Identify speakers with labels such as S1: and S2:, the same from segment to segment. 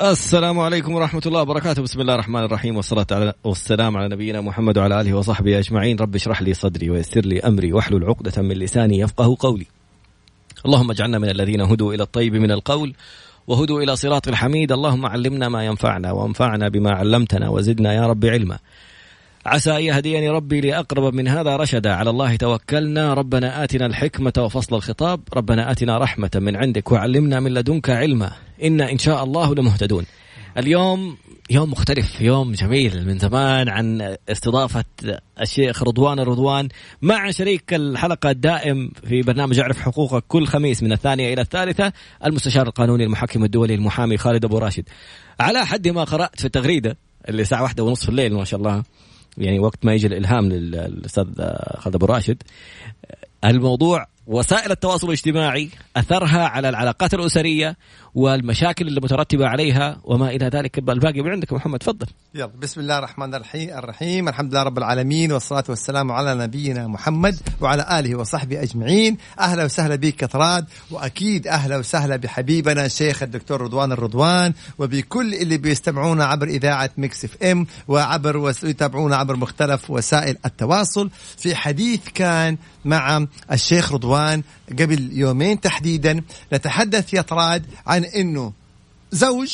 S1: السلام عليكم ورحمة الله وبركاته. بسم الله الرحمن الرحيم، والصلاة والسلام على نبينا محمد وعلى آله وصحبه أجمعين. رب اشرح لي صدري ويسر لي أمري واحلل عقدة من لساني يفقه قولي. اللهم اجعلنا من الذين هدوا إلى الطيب من القول وهدوا إلى صراط الحميد. اللهم علمنا ما ينفعنا وانفعنا بما علمتنا وزدنا يا رب علما. عسى أن يهديني ربي لأقرب من هذا رشدا. على الله توكلنا. ربنا آتنا الحكمة وفصل الخطاب. ربنا آتنا رحمة من عندك وعلمنا من لدنك علما. إن شاء الله لمهتدون. اليوم يوم مختلف، يوم جميل. من زمان عن استضافة الشيخ رضوان الرضوان مع شريك الحلقة الدائم في برنامج أعرف حقوقك كل خميس من 2 إلى 3 المستشار القانوني المحكم الدولي المحامي خالد أبو راشد. على حد ما قرأت في التغريدة اللي الساعة 1:30 الليل ما شاء الله، يعني وقت ما يجي الإلهام للأستاذ خالد أبو راشد، الموضوع وسائل التواصل الاجتماعي أثرها على العلاقات الأسرية والمشاكل اللي مترتبة عليها وما إلى ذلك. الباقي من عندك محمد، تفضل.
S2: يلا بسم الله الرحمن الرحيم. الحمد لله رب العالمين، والصلاة والسلام على نبينا محمد وعلى آله وصحبه أجمعين. أهلا وسهلا بك كثراد، وأكيد أهلا وسهلا بحبيبنا الشيخ الدكتور رضوان الرضوان، وبكل اللي بيستمعونا عبر إذاعة ميكس اف ام وعبر يتابعونا عبر مختلف وسائل التواصل. في حديث كان مع الشيخ رضوان قبل يومين تحديدا، نتحدث يا طراد عن انه زوج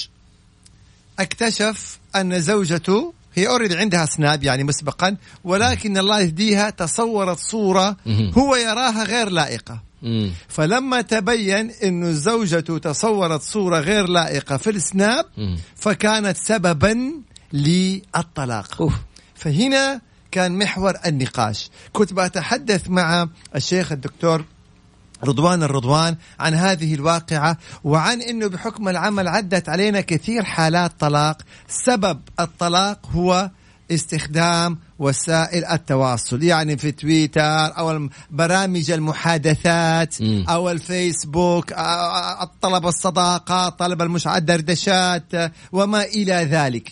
S2: اكتشف ان زوجته هي اوريدي عندها سناب يعني مسبقا، ولكن الله يهديها تصورت صورة هو يراها غير لائقة. فلما تبين انه زوجته تصورت صورة غير لائقة في السناب فكانت سببا للطلاق. فهنا كان محور النقاش. كنت بتحدث مع الشيخ الدكتور رضوان الرضوان عن هذه الواقعة، وعن أنه بحكم العمل عدت علينا كثير حالات طلاق. سبب الطلاق هو استخدام وسائل التواصل، يعني في تويتر أو برامج المحادثات أو الفيسبوك، طلب الصداقة، طلب الدردشات وما إلى ذلك.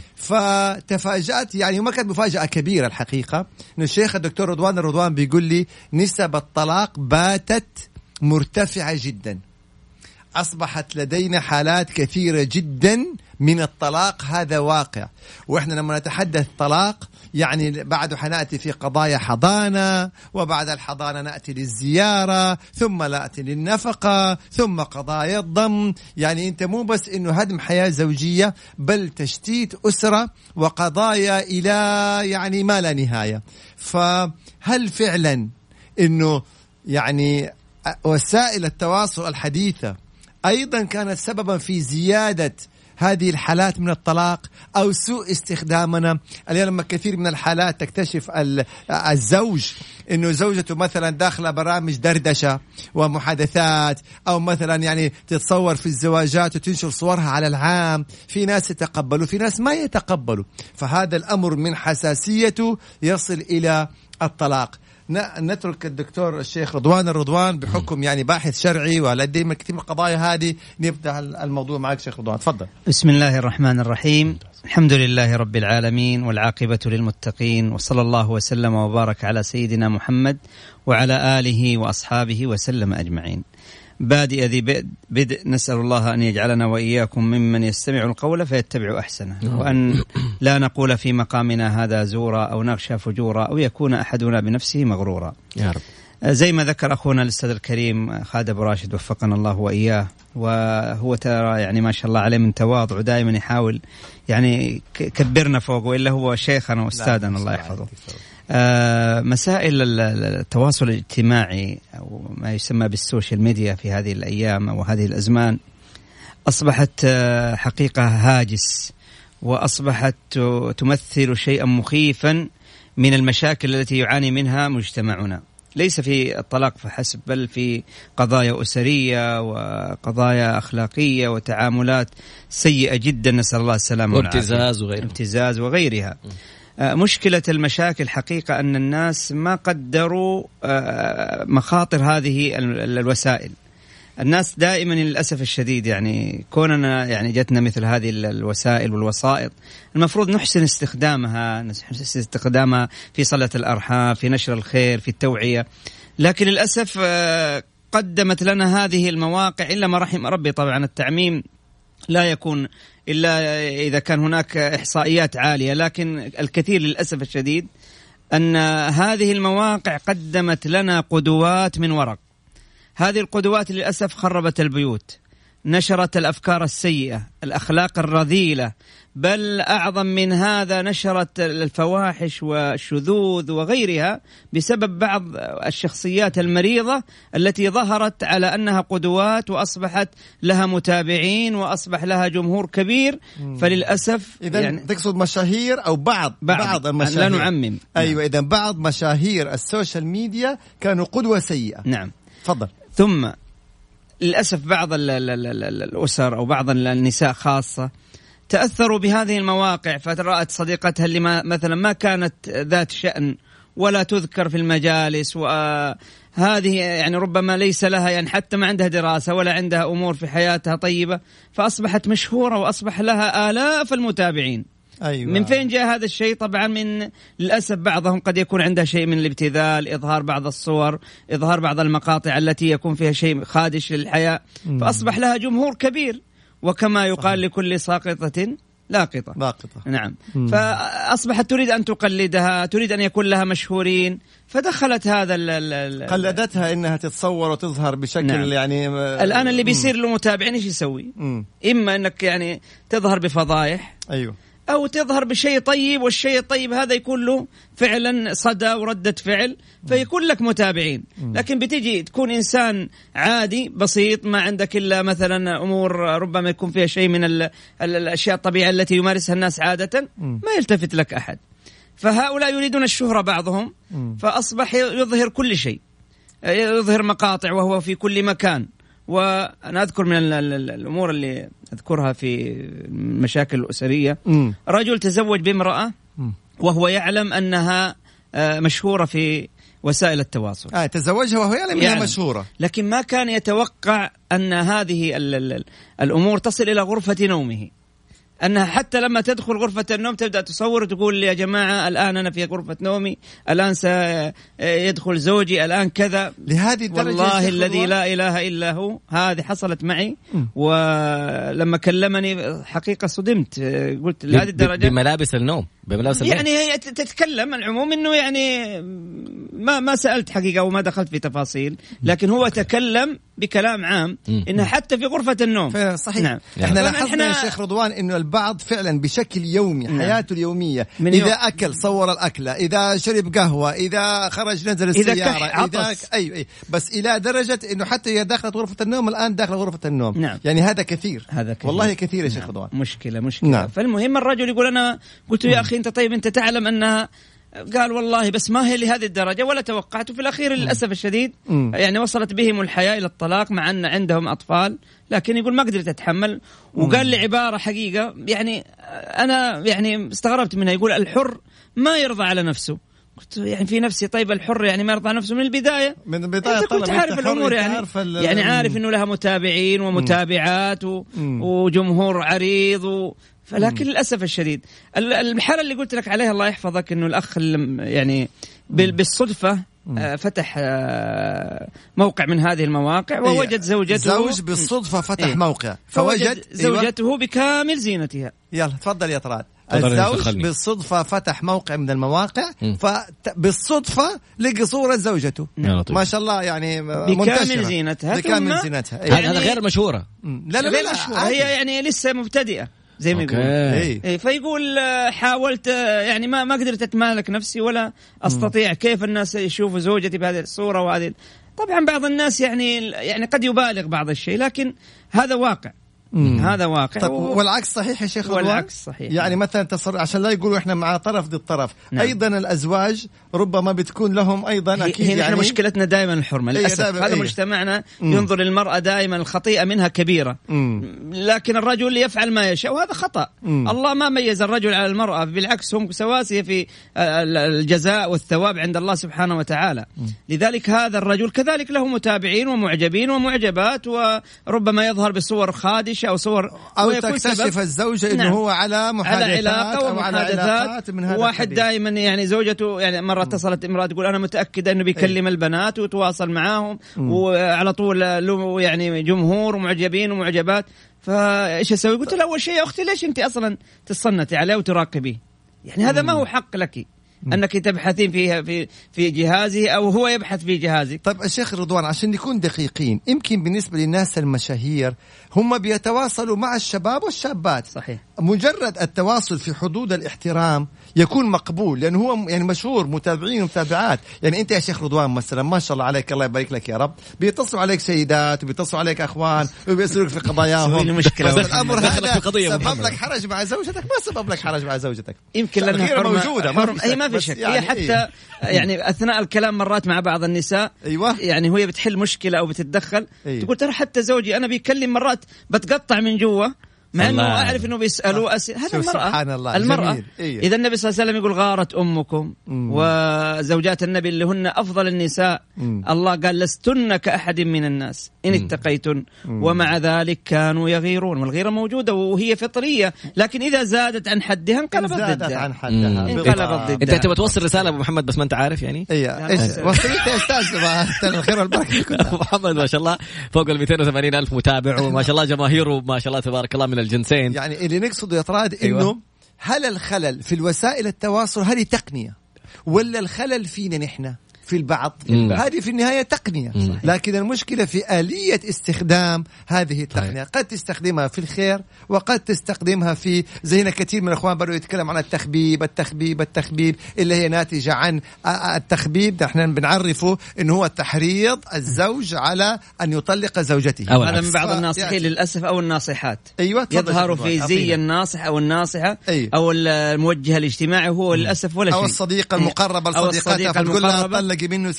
S2: فتفاجأت، يعني ما كانت مفاجأة كبيرة الحقيقة، إنه الشيخ الدكتور رضوان الرضوان بيقول لي نسب الطلاق باتت مرتفعة جدا. أصبحت لدينا حالات كثيرة جدا من الطلاق، هذا واقع. وإحنا لما نتحدث طلاق يعني بعد حنأتي في قضايا حضانة، وبعد الحضانة نأتي للزيارة، ثم نأتي للنفقة، ثم قضايا الضم. يعني أنت مو بس إنه هدم حياة زوجية، بل تشتيت أسرة وقضايا إلى يعني ما لا نهاية. فهل فعلا إنه يعني وسائل التواصل الحديثة أيضا كانت سببا في زيادة هذه الحالات من الطلاق أو سوء استخدامنا؟ اليوم لما كثير من الحالات تكتشف الزوج إنه زوجته مثلا داخلة برامج دردشة ومحادثات، أو مثلا يعني تتصور في الزواجات وتنشر صورها على العام، في ناس يتقبلوا في ناس ما يتقبلوا، فهذا الأمر من حساسيته يصل إلى الطلاق. نترك الدكتور الشيخ رضوان الرضوان بحكم يعني باحث شرعي ولديه كثير من القضايا هذه. نبدأ الموضوع معك شيخ رضوان، تفضل.
S3: بسم الله الرحمن الرحيم. الحمد لله رب العالمين، والعاقبة للمتقين، وصلى الله وسلم وبارك على سيدنا محمد وعلى آله وأصحابه وسلم أجمعين. بادئ ذي بدء نسأل الله أن يجعلنا وإياكم ممن يستمع القول فيتبع أحسنه، وأن لا نقول في مقامنا هذا زورا أو نغشى فجورا أو يكون أحدنا بنفسه مغرورا يا رب. زي ما ذكر أخونا الأستاذ الكريم خالد أبو راشد وفقنا الله وإياه، وهو ترى يعني ما شاء الله عليه من تواضع، ودائما يحاول يعني كبرنا فوق، وإلا هو شيخنا وأستاذنا الله يحفظه. مسائل التواصل الاجتماعي أو ما يسمى بالسوشيال ميديا في هذه الأيام أو هذه الأزمان أصبحت حقيقة هاجس، وأصبحت تمثل شيئا مخيفا من المشاكل التي يعاني منها مجتمعنا، ليس في الطلاق فحسب، بل في قضايا أسرية وقضايا أخلاقية وتعاملات سيئة جدا، نسأل الله السلامة والعافية، ابتزاز وغيرها. مشكلة المشاكل حقيقة أن الناس ما قدروا مخاطر هذه الوسائل. الناس دائما للأسف الشديد يعني كوننا يعني جتنا مثل هذه الوسائل والوسائط، المفروض نحسن استخدامها في صلة الأرحام، في نشر الخير، في التوعية. لكن للأسف قدمت لنا هذه المواقع إلا ما رحم ربي، طبعا التعميم لا يكون إلا إذا كان هناك إحصائيات عالية، لكن الكثير للأسف الشديد أن هذه المواقع قدمت لنا قدوات من ورق. هذه القدوات للأسف خربت البيوت، نشرت الأفكار السيئة، الأخلاق الرذيلة، بل أعظم من هذا نشرت الفواحش والشذوذ وغيرها بسبب بعض الشخصيات المريضة التي ظهرت على أنها قدوات وأصبحت لها متابعين وأصبح لها جمهور كبير. فللأسف
S2: إذن
S3: يعني
S2: تقصد مشاهير أو بعض المشاهير،
S3: لا نعمم.
S2: أيوة، إذن بعض مشاهير السوشيال ميديا كانوا قدوة سيئة.
S3: نعم.
S2: تفضل.
S3: ثم للأسف بعض الأسر أو بعض النساء خاصة تأثروا بهذه المواقع، فرأت صديقتها اللي مثلا ما كانت ذات شأن ولا تذكر في المجالس، وهذه يعني ربما ليس لها يعني حتى ما عندها دراسة ولا عندها أمور في حياتها طيبة، فأصبحت مشهورة وأصبح لها آلاف المتابعين.
S2: أيوة.
S3: من فين جاء هذا الشيء؟ طبعا من للأسف بعضهم قد يكون عنده شيء من الابتذال، إظهار بعض الصور، إظهار بعض المقاطع التي يكون فيها شيء خادش للحياة، فأصبح لها جمهور كبير. وكما يقال لكل ساقطة لاقطة. نعم. فأصبحت تريد أن تقلدها، تريد أن يكون لها مشهورين، فدخلت هذا
S2: قلدتها إنها تتصور وتظهر بشكل. نعم. يعني
S3: الآن اللي بيصير له متابعين إيش يسوي؟ إما أنك يعني تظهر بفضائح،
S2: أيوه،
S3: أو تظهر بشيء طيب، والشيء الطيب هذا يكون له فعلا صدى وردة فعل فيكون لك متابعين. لكن بتيجي تكون إنسان عادي بسيط ما عندك إلا مثلا أمور ربما يكون فيها شيء من الأشياء الطبيعية التي يمارسها الناس عادة، ما يلتفت لك أحد. فهؤلاء يريدون الشهرة بعضهم، فأصبح يظهر كل شيء، يظهر مقاطع وهو في كل مكان. وأنا أذكر من الأمور اللي أذكرها في المشاكل الأسرية، رجل تزوج بامرأة وهو يعلم أنها مشهورة في وسائل التواصل.
S2: تزوجها وهو يعلم أنها مشهورة،
S3: لكن ما كان يتوقع أن هذه الأمور تصل إلى غرفة نومه، أنها حتى لما تدخل غرفة النوم تبدأ تصور وتقول يا جماعة الآن أنا في غرفة نومي، الآن سيدخل زوجي، الآن كذا.
S2: لهذه الدرجة
S3: والله الذي لا إله إلا هو، هذه حصلت معي. ولما كلمني حقيقة صدمت، قلت لهذه الدرجة
S1: بملابس النوم، بملابس النوم.
S3: يعني هي تتكلم العموم إنه يعني ما سألت حقيقة وما دخلت في تفاصيل، لكن هو تكلم بكلام عام إنه حتى في غرفة النوم.
S2: صحيح. نعم. احنا لاحظنا يا شيخ رضوان إنه البعض فعلا بشكل يومي، حياته اليومية، إذا أكل صور الأكلة، إذا شرب قهوة، إذا خرج نزل السيارة، إذا أي بس إلى درجة إنه حتى إذا دخلت غرفة النوم الآن داخل غرفة النوم.
S3: نعم.
S2: يعني هذا كثير. والله كثير يا شيخ
S3: نعم.
S2: رضوان.
S3: مشكلة. نعم. فالمهم الرجل يقول أنا قلت يا أخي أنت طيب أنت تعلم أنها، قال والله بس ما هي لهذه الدرجة ولا توقعت. في الأخير للأسف الشديد يعني وصلت بهم الحياة إلى الطلاق مع أن عندهم أطفال، لكن يقول ما قدرت أتحمل. وقال لي عبارة حقيقة يعني أنا يعني استغربت منها، يقول الحر ما يرضى على نفسه. قلت يعني في نفسي طيب الحر يعني ما يرضى على نفسه من البداية أنت كنت عارف الأمور يعني عارف أنه لها متابعين ومتابعات وجمهور عريض فلكن للأسف الشديد الحالة اللي قلت لك عليها الله يحفظك، إنه الأخ يعني بالصدفة فتح موقع من هذه المواقع ووجد زوجته.
S2: زوج بالصدفة فتح موقع فوجد
S3: زوجته بكامل زينتها.
S2: يلا تفضل يا طراد. الزوج بالصدفة فتح موقع من المواقع، فبالصدفة لقى صورة زوجته ما شاء الله يعني
S3: بكامل زينتها.
S2: بكامل زينتها.
S1: هذا غير مشهورة.
S3: لا مشهورة، هي يعني لسه مبتدئة زي ما يقول. فيقول حاولت يعني ما قدرت أتمالك نفسي ولا أستطيع كيف الناس يشوفوا زوجتي بهذه الصورة. وهذه طبعا بعض الناس يعني قد يبالغ بعض الشيء، لكن هذا واقع. هذا واقع.
S2: طب والعكس صحيح يا شيخ؟
S3: والعكس صحيح.
S2: يعني مثلا عشان لا يقولوا احنا مع طرف ضد طرف. نعم. ايضا الازواج ربما بتكون لهم ايضا اكيد يعني
S3: مشكلتنا دائما الحرمه للاسف. هذا مجتمعنا ينظر للمرأة دائما الخطيئة منها كبيرة، لكن الرجل يفعل ما يشاء وهذا خطأ. الله ما ميز الرجل على المرأة، بالعكس هم سواسية في الجزاء والثواب عند الله سبحانه وتعالى. لذلك هذا الرجل كذلك له متابعين ومعجبين ومعجبات، وربما يظهر بصور خادشة أو صور
S2: أو تكتشف الزوجة إنه هو على محادثات أو على علاقات من هذا
S3: واحد دائما يعني زوجته يعني مرة اتصلت امرأة تقول أنا متأكدة إنه بيكلم البنات وتواصل معاهم وعلى طول له يعني جمهور ومعجبين ومعجبات. فايش اسوي؟ قلت له اول شيء يا اختي ليش انت اصلا تصنتي عليه وتراقبيه؟ يعني هذا ما هو حق لك أنك تبحثين فيها في جهازه أو هو يبحث في جهازك.
S2: طيب الشيخ رضوان، عشان نكون دقيقين، يمكن بالنسبة للناس المشاهير هم بيتواصلوا مع الشباب والشابات.
S3: صحيح.
S2: مجرد التواصل في حدود الاحترام يكون مقبول، لأنه هو يعني مشهور، متابعين ومتابعات. يعني أنت يا شيخ رضوان مثلا ما شاء الله عليك، الله يبارك لك يا رب، بيتصلوا عليك سيدات وبيتصلوا عليك أخوان وبيسألوك في قضاياهم.
S3: المشكلة
S2: الأمر هذا سبب لك حرج مع زوجتك؟ ما سبب لك حرج مع زوجتك،
S3: يمكن لأنها
S2: موجودة.
S3: ما في شك. هي حتى يعني أثناء الكلام مرات مع بعض النساء
S2: أيوة.
S3: يعني هي بتحل مشكلة أو بتتدخل،
S2: أيوة.
S3: تقول ترى حتى زوجي أنا بيكلم مرات بتقطع من جوا، مع أنه أعرف أنه بيسألوا هذا المرأة.
S2: إيه.
S3: إذا النبي صلى الله عليه وسلم يقول غارت أمكم وزوجات النبي اللي هن أفضل النساء، الله قال لستن كأحد من الناس إن اتقيتن، ومع ذلك كانوا يغيرون. والغيرة موجودة وهي فطرية، لكن إذا زادت عن حدها انقلبت ضدها.
S1: أنت تبغى توصل رسالة أبو محمد بس ما أنت عارف يعني.
S2: وصلت يا أستاذ الخير والبركة.
S1: أبو محمد ما شاء الله فوق 280,000 متابع، وما شاء الله جماهيره ما شاء الله تبارك الله من الجنسين.
S2: يعني اللي نقصده يا طراد إنه أيوة. هل الخلل في الوسائل التواصل هذه تقنية، ولا الخلل فينا نحن في البعض؟ هذه في النهاية تقنية. لكن المشكلة في آلية استخدام هذه التقنية. قد تستخدمها في الخير وقد تستخدمها في زينا. كثير من الأخوان بدأوا يتكلم عن التخبيب اللي هي ناتجة عن التخبيب. نحن بنعرفه إنه هو تحريض الزوج على أن يطلق زوجته.
S3: هذا من بعض الناصحين للأسف أو الناصحات.
S2: أيوة.
S3: يظهروا في زي الناصح أو الناصحة. أيوة. أو الموجه الاجتماعي هو للأسف ولا شيء.
S2: أو الصديق المقرب لصديقاتها فتقول لها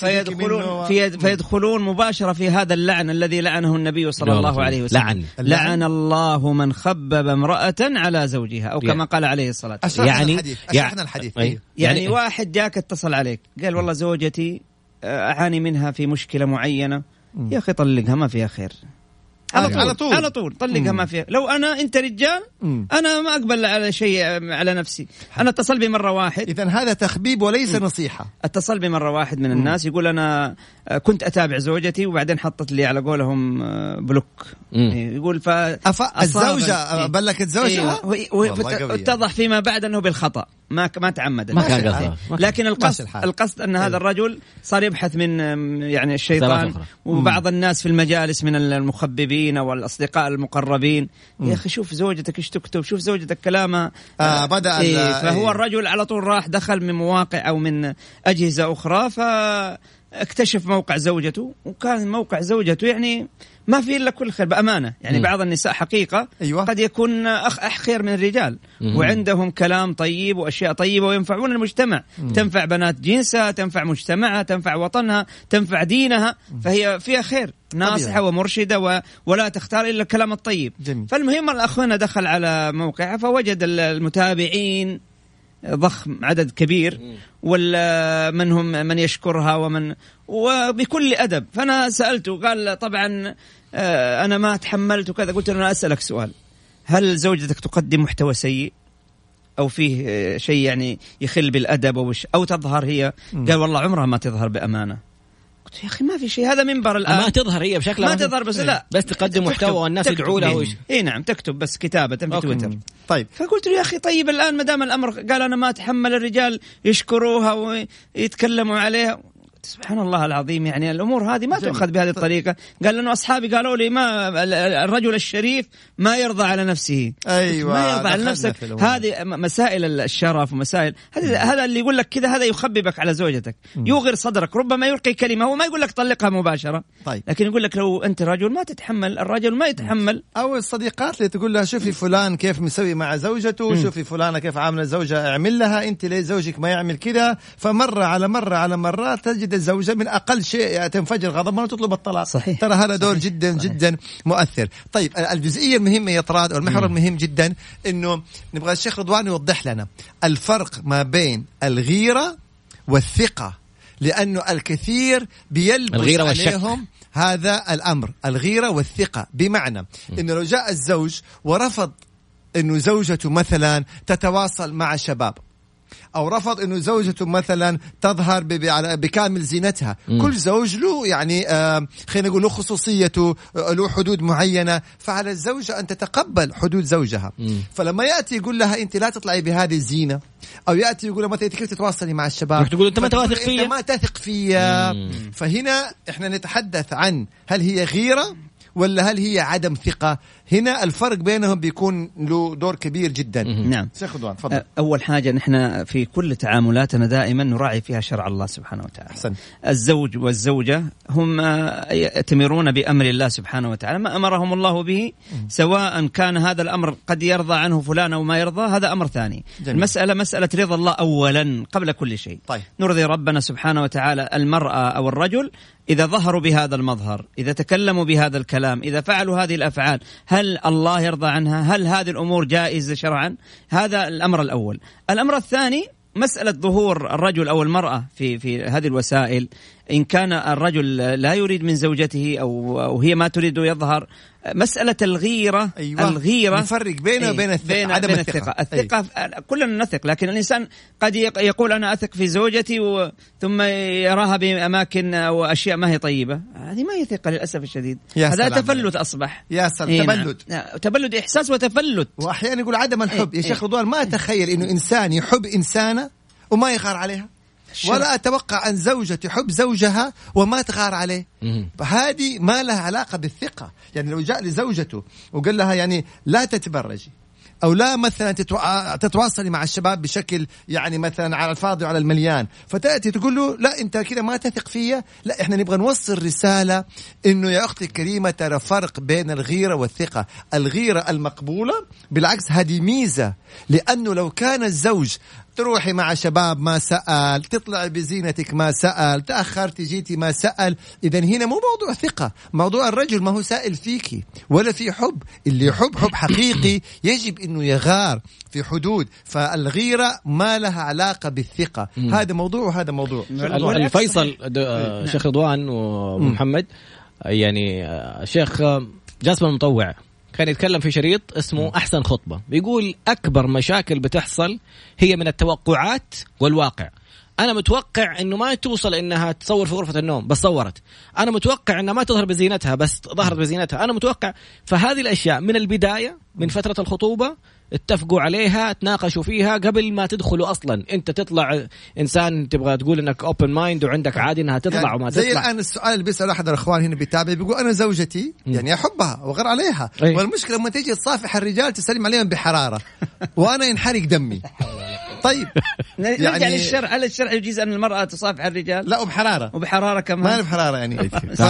S3: فيدخلون مباشرة في هذا اللعن الذي لعنه النبي صلى الله عليه وسلم. لعن الله من خبب امرأة على زوجها، أو كما قال عليه الصلاة والسلام. يعني واحد جاك اتصل عليك قال والله زوجتي أعاني منها في مشكلة معينة، يا أخي طلقها ما فيها خير. على طول طلقها ما فيها. لو أنت رجال أنا ما أقبل على شيء على نفسي. أنا اتصل بي مرة واحد،
S2: إذن هذا تخبيب وليس نصيحة.
S3: اتصل بي مرة واحد من الناس يقول أنا كنت أتابع زوجتي وبعدين حطت لي على قولهم بلوك. يقول
S2: الزوجة بلكت زوجها
S3: اتضح فيما بعد أنه بالخطأ، ما تعمد،
S1: ما كان قصده.
S3: لكن القصد أن هذا الرجل صار يبحث من يعني الشيطان وبعض الناس في المجالس من المخببين والأصدقاء المقربين. يا أخي شوف زوجتك إيش تكتب، شوف زوجتك كلامها.
S2: بدأ
S3: فهو الرجل على طول راح دخل من مواقع أو من أجهزة أخرى فاكتشف موقع زوجته، وكان موقع زوجته يعني ما في إلا كل خير بأمانة. يعني بعض النساء حقيقة
S2: أيوة.
S3: قد يكون أخ خير من الرجال وعندهم كلام طيب وأشياء طيبة وينفعون المجتمع. تنفع بنات جنسها، تنفع مجتمعها، تنفع وطنها، تنفع دينها. فهي فيها خير، ناصحة ومرشدة ولا تختار إلا الكلام الطيب.
S2: جميل.
S3: فالمهم الأخ هنا دخل على موقعها فوجد المتابعين ضخم، عدد كبير، ومنهم من يشكرها وبكل أدب. فأنا سألته قال طبعا أنا ما تحملت وكذا. قلت له أنا أسألك سؤال، هل زوجتك تقدم محتوى سيء أو فيه شيء يعني يخل بالأدب أو تظهر هي؟ قال والله عمرها ما تظهر بأمانة. قلت يا أخي ما في شيء، هذا منبر الآن
S1: ما تظهر هي بشكل
S3: ما تظهر بس لا
S1: بس تقدم محتوى والناس يدعوا له.
S3: إيه نعم تكتب بس كتابة في تويتر.
S2: طيب
S3: فقلت له يا أخي طيب الآن مدام الأمر قال أنا ما أتحمل الرجال يشكروها ويتكلموا عليها. سبحان الله العظيم، يعني الأمور هذه ما تؤخذ بهذه الطريقة. قال لأنه أصحابي قالوا لي ما الرجل الشريف ما يرضى على نفسه.
S2: أيوة
S3: ما يرضى على نفسك. هذه مسائل الشرف ومسائل هذا اللي يقول لك كذا هذا يخببك على زوجتك، يوغر صدرك، ربما يلقي كلمة هو ما يقول لك طلقها مباشرة.
S2: طيب.
S3: لكن يقول لك لو أنت رجل ما تتحمل، الرجل ما يتحمل.
S2: أو الصديقات اللي تقول لها شوفي فلان كيف مسوي مع زوجته، شوفي فلانة كيف عاملة زوجها، اعمل لها أنت ليه زوجك ما يعمل كذا. فمرة على مرة تجد الزوجة من أقل شيء تنفجر غضبها وتطلب الطلاق.
S3: صحيح.
S2: ترى هذا دور جدا جدا مؤثر. طيب الجزئية المهمة يا طراد والمحور المهم جدا إنه نبغى الشيخ رضوان يوضح لنا الفرق ما بين الغيرة والثقة، لأنه الكثير بيلبس عليهم هذا الأمر، الغيرة والثقة. بمعنى إنه لو جاء الزوج ورفض إنه زوجته مثلا تتواصل مع شباب، أو رفض إنه زوجته مثلا تظهر بكامل زينتها. كل زوج له يعني خلينا نقول له خصوصيته، له حدود معينة، فعلى الزوجة أن تتقبل حدود زوجها. فلما يأتي يقول لها أنت لا تطلعي بهذه الزينة، أو يأتي يقول لها مثلا كيف تتواصلي مع الشباب،
S1: تقول أنت ما تثق فيا،
S2: أنت ما تثق فيا. فهنا إحنا نتحدث عن هل هي غيرة ولا هل هي عدم ثقة. هنا الفرق بينهم بيكون له دور كبير جدا.
S3: نعم.
S2: شيخ رضوان تفضل.
S3: أول حاجة نحن في كل تعاملاتنا دائما نراعي فيها شرع الله سبحانه وتعالى.
S2: أحسن.
S3: الزوج والزوجة هم يأتمرون بأمر الله سبحانه وتعالى، ما أمرهم الله به، سواء كان هذا الأمر قد يرضى عنه فلان أو ما يرضى، هذا أمر ثاني. جميل. المسألة مسألة رضا الله أولا قبل كل شيء.
S2: طيب.
S3: نرضي ربنا سبحانه وتعالى. المرأة أو الرجل إذا ظهروا بهذا المظهر، إذا تكلموا بهذا الكلام، إذا فعلوا هذه الأفعال، هل الله يرضى عنها؟ هل هذه الأمور جائزة شرعا؟ هذا الأمر الأول. الأمر الثاني مسألة ظهور الرجل أو المرأة في هذه الوسائل. إن كان الرجل لا يريد من زوجته أو هي ما تريد يظهر، مسألة الغيرة.
S2: أيوة.
S3: الغيرة
S2: نفرق بينه وبين الثقة.
S3: عدم الثقة. الثقة كلنا نثق، لكن الإنسان قد يقول أنا أثق في زوجتي ثم يراها بأماكن أو أشياء ما هي طيبة. هذه ما هي ثقة للأسف الشديد. هذا تفلت أصبح.
S2: يا سلام.
S3: تبلد إحساس وتفلت.
S2: وأحيانا يقول عدم الحب. يا شيخ رضوان ما أتخيل إنه إنسان يحب إنسانة وما يغار عليها، ولا أتوقع أن زوجة تحب زوجها وما تغار عليه. فهذه ما لها علاقة بالثقة. يعني لو جاء لزوجته وقال لها يعني لا تتبرجي، أو لا مثلا تتواصلي مع الشباب بشكل يعني مثلا على الفاضي وعلى المليان، فتأتي تقول له لا أنت كده ما تثق فيا، لا إحنا نبغى نوصل رسالة إنه يا أختي الكريمة ترى فرق بين الغيرة والثقة. الغيرة المقبولة بالعكس هذه ميزة، لأنه لو كان الزوج تروحي مع شباب ما سأل، تطلعي بزينتك ما سأل، تأخرتي جيتي ما سأل، إذن هنا مو موضوع ثقة. موضوع الرجل ما هو سائل فيكي ولا في حب. اللي يحب حب حقيقي يجب إنه يغار في حدود. فالغيرة ما لها علاقة بالثقة. هذا موضوع وهذا موضوع.
S1: الفيصل شيخ رضوان ومحمد، يعني شيخ جاسم المطوع كان يتكلم في شريط اسمه أحسن خطبة، بيقول أكبر مشاكل بتحصل هي من التوقعات والواقع. أنا متوقع إنه ما توصل إنها تصور في غرفة النوم بس صورت، أنا متوقع إنها ما تظهر بزينتها بس ظهرت بزينتها، أنا متوقع. فهذه الأشياء من البداية من فترة الخطوبة اتفقوا عليها، تناقشوا فيها قبل ما تدخلوا أصلا. أنت تطلع إنسان تبغى تقول إنك open mind وعندك عادي إنها تطلع يعني وما تطلع.
S2: زي الآن السؤال اللي بيسأل أحد الأخوان هنا بيتابع بيقول أنا زوجتي يعني أحبها وغير عليها، والمشكلة لما تيجي تصافح الرجال تسلم عليهم بحرارة وأنا ينحرق دمي. طيب
S3: يعني الشرع، هل الشرع يجيز أن المرأة تصافح الرجال؟
S2: لا وبحرارة
S3: كمان،
S2: ما بحرارة يعني.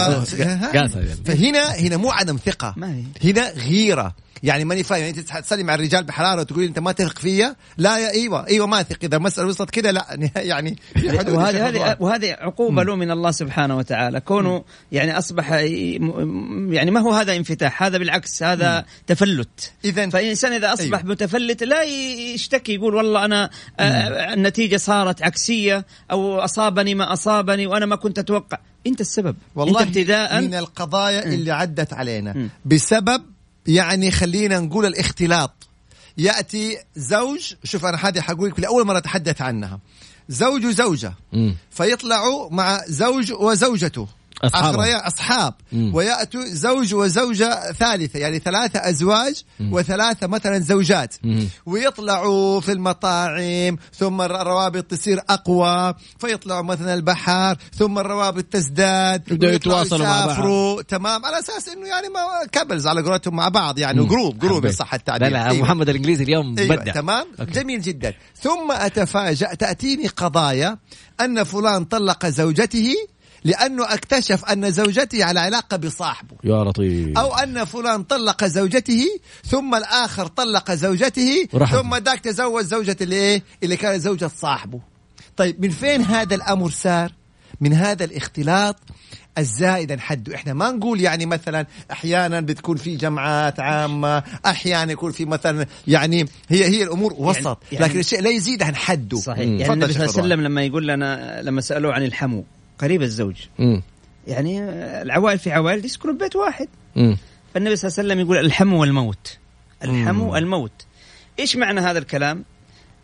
S2: فهنا مو عدم ثقة، هنا غيرة. يعني ماني فاهم، انت تسلم على الرجال بحراره وتقول انت ما تثق فيا؟ لا يا ايوه ما اثق. اذا المساله وصلت كده لا يعني
S3: وهذه عقوبه له من الله سبحانه وتعالى، كونه يعني اصبح يعني ما هو هذا انفتاح، هذا بالعكس هذا تفلت. فالانسان اذا اصبح متفلت لا يشتكي يقول والله انا النتيجه صارت عكسيه او اصابني ما اصابني وانا ما كنت اتوقع. انت السبب
S2: والله.
S3: انت ابتداء
S2: من القضايا اللي عدت علينا بسبب يعني خلينا نقول الاختلاط. يأتي زوج، شوف أنا هذه حقولك لأول مرة أتحدث عنها، زوج وزوجة فيطلعوا مع زوج وزوجته أصحاب ويأتوا زوج وزوجة ثالثة، يعني 3 أزواج و3 مثلا زوجات، ويطلعوا في المطاعم، ثم الروابط تصير أقوى، فيطلعوا مثلا البحر، ثم الروابط تزداد،
S1: يبدأوا يتواصلوا مع بعض.
S2: تمام، على أساس إنه يعني ما كابلز على قولتهم مع بعض، يعني جروب صح التعبير.
S1: لا محمد الإنجليزي اليوم بدأ.
S2: تمام. جميل جدا. ثم أتفاجأ تأتيني قضايا أن فلان طلق زوجته لأنه اكتشف أن زوجته على علاقة بصاحبه،
S1: يا لطيف،
S2: أو أن فلان طلق زوجته ثم الآخر طلق زوجته ثم داك تزوج زوجة اللي كانت زوجة صاحبه. طيب من فين هذا الأمر سار؟ من هذا الاختلاط الزائد عن حده. احنا ما نقول يعني مثلا احيانا بتكون في جمعات عامة، احيانا يكون في مثلا يعني هي الامور وسط، لكن الشيء لا يزيد عن حده.
S3: صحيح. يعني النبي صلى الله عليه وسلم لما يقول لنا، لما سألوه عن الحمو قريب الزوج، يعني العوائل في عوائل يسكنوا ببيت واحد، فالنبي صلى الله عليه وسلم يقول الحمو والموت. الحمو الموت. ايش معنى هذا الكلام؟